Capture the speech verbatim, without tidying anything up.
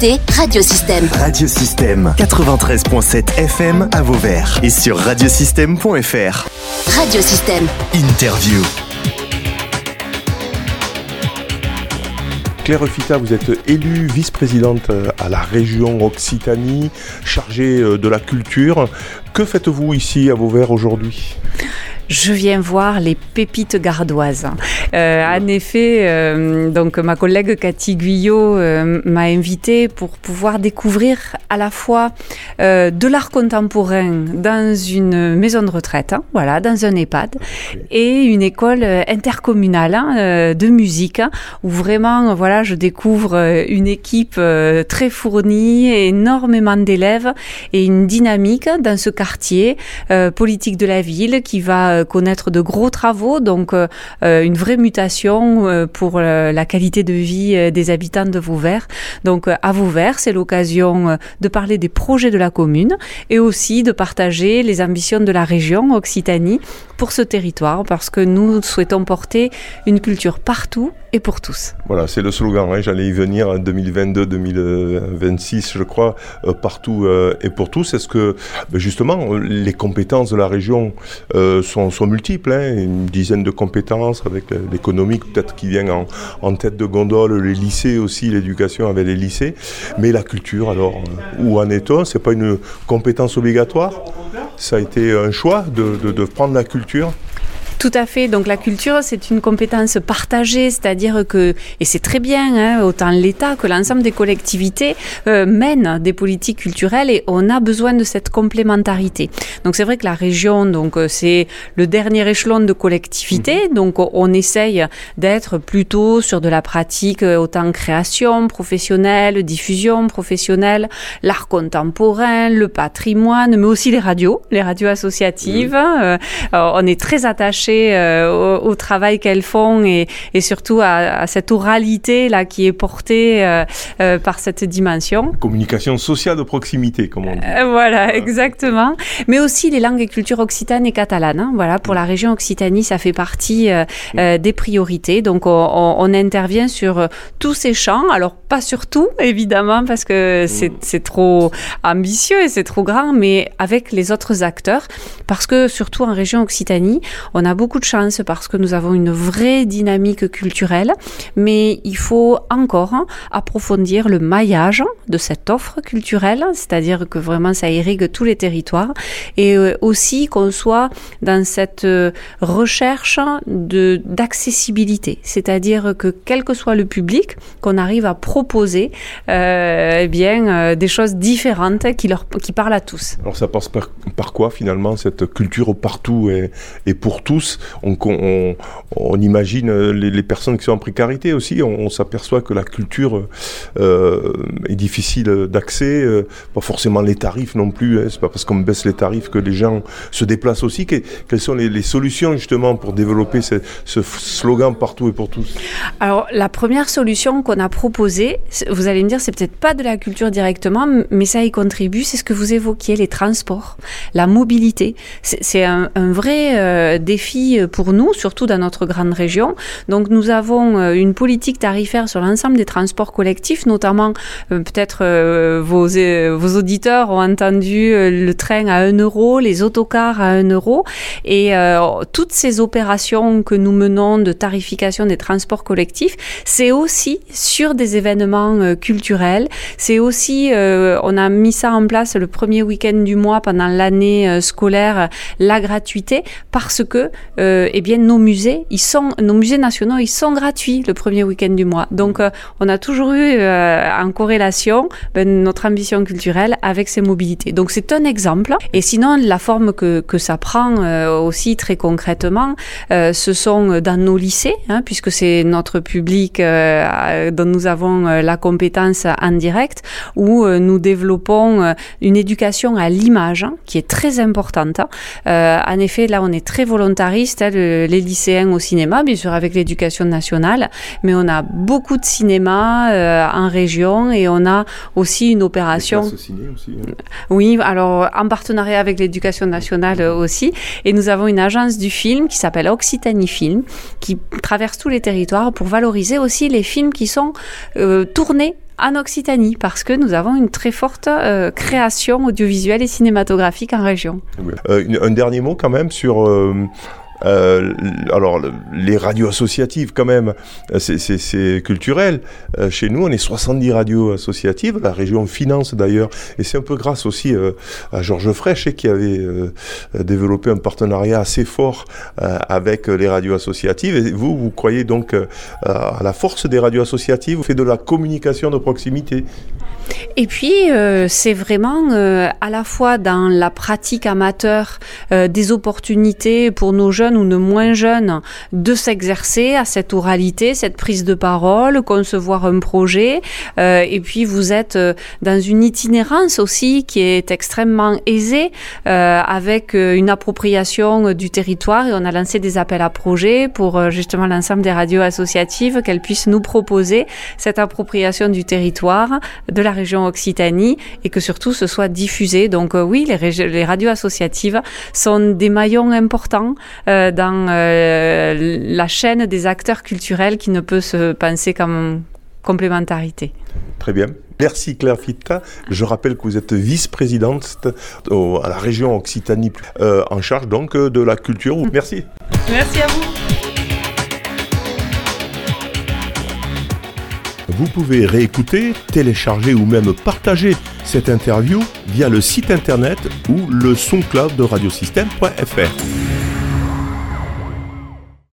écoutez Radiosystème. Radiosystème quatre-vingt-treize virgule sept F M à Vauvert et sur radiosystème point F R. Radiosystème. Interview. Claire Fita, vous êtes élue vice-présidente à la région Occitanie, chargée de la culture. Que faites-vous ici à Vauvert aujourd'hui ? Je viens voir les pépites gardoises. Euh, en effet, euh, donc ma collègue Cathy Guyot euh, m'a invitée pour pouvoir découvrir à la fois euh, de l'art contemporain dans une maison de retraite, hein, voilà, dans un EHPAD, et une école intercommunale hein, euh, de musique hein, où vraiment, voilà, je découvre une équipe euh, très fournie, énormément d'élèves et une dynamique dans ce quartier euh, politique de la ville qui va connaître de gros travaux, donc euh, une vraie mutation euh, pour euh, la qualité de vie euh, des habitants de Vauvert. Donc euh, à Vauvert, c'est l'occasion euh, de parler des projets de la commune et aussi de partager les ambitions de la région Occitanie pour ce territoire, parce que nous souhaitons porter une culture partout et pour tous. Voilà, c'est le slogan, hein, j'allais y venir en deux mille vingt-deux deux mille vingt-six, je crois, euh, partout euh, et pour tous. Est-ce que, ben justement, les compétences de la région euh, sont, sont multiples, hein, une dizaine de compétences avec l'économique peut-être qui vient en, en tête de gondole, les lycées aussi, l'éducation avec les lycées, mais la culture, alors, euh, où en est-on ? C'est pas une compétence obligatoire ? Ça a été un choix de, de, de prendre la culture ? Tout à fait. Donc la culture, c'est une compétence partagée, c'est-à-dire que, et c'est très bien, hein, autant l'État que l'ensemble des collectivités euh, mènent des politiques culturelles et on a besoin de cette complémentarité. Donc c'est vrai que la région, donc c'est le dernier échelon de collectivité, donc on essaye d'être plutôt sur de la pratique autant création professionnelle, diffusion professionnelle, l'art contemporain, le patrimoine, mais aussi les radios, les radios associatives. Oui. Euh, on est très attachés Au, au travail qu'elles font et, et surtout à, à cette oralité là qui est portée euh, euh, par cette dimension. Communication sociale de proximité, comme on dit. Euh, voilà, exactement. Mais aussi les langues et cultures occitanes et catalanes. Hein. Voilà, pour la région Occitanie, ça fait partie euh, euh, des priorités. Donc, on, on, on intervient sur tous ces champs. Alors, pas sur tout, évidemment, parce que c'est, c'est trop ambitieux et c'est trop grand, mais avec les autres acteurs. Parce que, surtout en région Occitanie, on a beaucoup de chance parce que nous avons une vraie dynamique culturelle, mais il faut encore approfondir le maillage de cette offre culturelle, c'est-à-dire que vraiment ça irrigue tous les territoires, et aussi qu'on soit dans cette recherche de, d'accessibilité, c'est-à-dire que quel que soit le public, qu'on arrive à proposer euh, eh bien, euh, des choses différentes qui, leur, qui parlent à tous. Alors ça passe par, par quoi finalement cette culture partout et, et pour tous? On, on, on imagine les, les personnes qui sont en précarité aussi, on, on s'aperçoit que la culture euh, est difficile d'accès, euh, pas forcément les tarifs non plus, hein, c'est pas parce qu'on baisse les tarifs que les gens se déplacent aussi. Que, quelles sont les, les solutions justement pour développer ce, ce slogan partout et pour tous? Alors la première solution qu'on a proposée, vous allez me dire c'est peut-être pas de la culture directement, mais ça y contribue, c'est ce que vous évoquiez, les transports, la mobilité. C'est, c'est un, un vrai euh, défi pour nous, surtout dans notre grande région. Donc nous avons une politique tarifaire sur l'ensemble des transports collectifs, notamment euh, peut-être euh, vos, euh, vos auditeurs ont entendu euh, le train à un euro, les autocars à un euro, et euh, toutes ces opérations que nous menons de tarification des transports collectifs, c'est aussi sur des événements euh, culturels, c'est aussi, euh, on a mis ça en place le premier week-end du mois pendant l'année euh, scolaire, la gratuité, parce que euh, eh bien nos musées, ils sont, nos musées nationaux, ils sont gratuits le premier week-end du mois. Donc euh, on a toujours eu euh, en corrélation ben, notre ambition culturelle avec ces mobilités. Donc c'est un exemple. Et sinon la forme que que ça prend euh, aussi très concrètement, euh, ce sont dans nos lycées, hein, puisque c'est notre public euh, dont nous avons euh, la compétence en direct, où euh, nous développons euh, une éducation à l'image hein, qui est très importante. Euh, en effet, là on est très volontariste, hein, le, les lycéens au cinéma, bien sûr avec l'éducation nationale, mais on a beaucoup de cinéma euh, en région et on a aussi une opération. Des ciné aussi, hein. Oui, alors en partenariat avec l'éducation nationale euh, aussi, et nous avons une agence du film qui s'appelle Occitanie Film, qui traverse tous les territoires pour valoriser aussi les films qui sont euh, tournés en Occitanie, parce que nous avons une très forte euh, création audiovisuelle et cinématographique en région. Euh, un dernier mot quand même sur... Euh Euh, alors, les radios associatives, quand même, c'est, c'est, c'est culturel. Euh, chez nous, on est soixante-dix radios associatives. La région finance d'ailleurs. Et c'est un peu grâce aussi euh, à Georges Frêche, qui avait euh, développé un partenariat assez fort euh, avec les radios associatives. Et vous, vous croyez donc euh, à la force des radios associatives. Vous faites de la communication de proximité. Et puis, euh, c'est vraiment euh, à la fois dans la pratique amateur euh, des opportunités pour nos jeunes ou nos moins jeunes de s'exercer à cette oralité, cette prise de parole, concevoir un projet. Euh, et puis, vous êtes euh, dans une itinérance aussi qui est extrêmement aisée euh, avec euh, une appropriation du territoire. Et on a lancé des appels à projets pour euh, justement l'ensemble des radios associatives qu'elles puissent nous proposer cette appropriation du territoire, de la région Occitanie, et que surtout ce soit diffusé. Donc euh, oui, les, régi- les radios associatives sont des maillons importants euh, dans euh, la chaîne des acteurs culturels qui ne peut se penser comme complémentarité. Très bien. Merci Claire Fitta. Je rappelle que vous êtes vice-présidente au, à la région Occitanie, euh, en charge donc de la culture. Merci. Merci à vous. Vous pouvez réécouter, télécharger ou même partager cette interview via le site internet ou le SoundCloud de radiosystème point f r.